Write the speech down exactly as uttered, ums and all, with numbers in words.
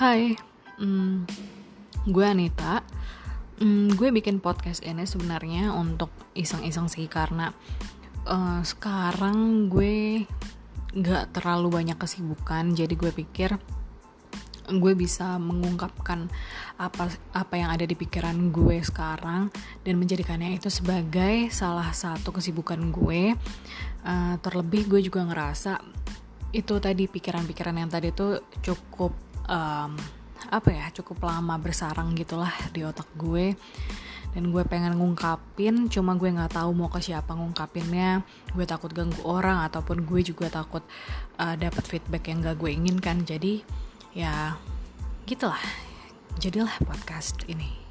Hai, hmm, gue Anita. Hmm, gue bikin podcast ini sebenarnya untuk iseng-iseng sih karena uh, sekarang gue nggak terlalu banyak kesibukan, jadi gue pikir gue bisa mengungkapkan apa apa yang ada di pikiran gue sekarang dan menjadikannya itu sebagai salah satu kesibukan gue. Uh, terlebih gue juga ngerasa itu tadi pikiran-pikiran yang tadi tuh cukup um, apa ya cukup lama bersarang gitulah di otak gue, dan gue pengen ngungkapin, cuma gue nggak tahu mau ke siapa ngungkapinnya. Gue takut ganggu orang ataupun gue juga takut uh, dapat feedback yang gak gue inginkan. Jadi ya gitulah, jadilah podcast ini.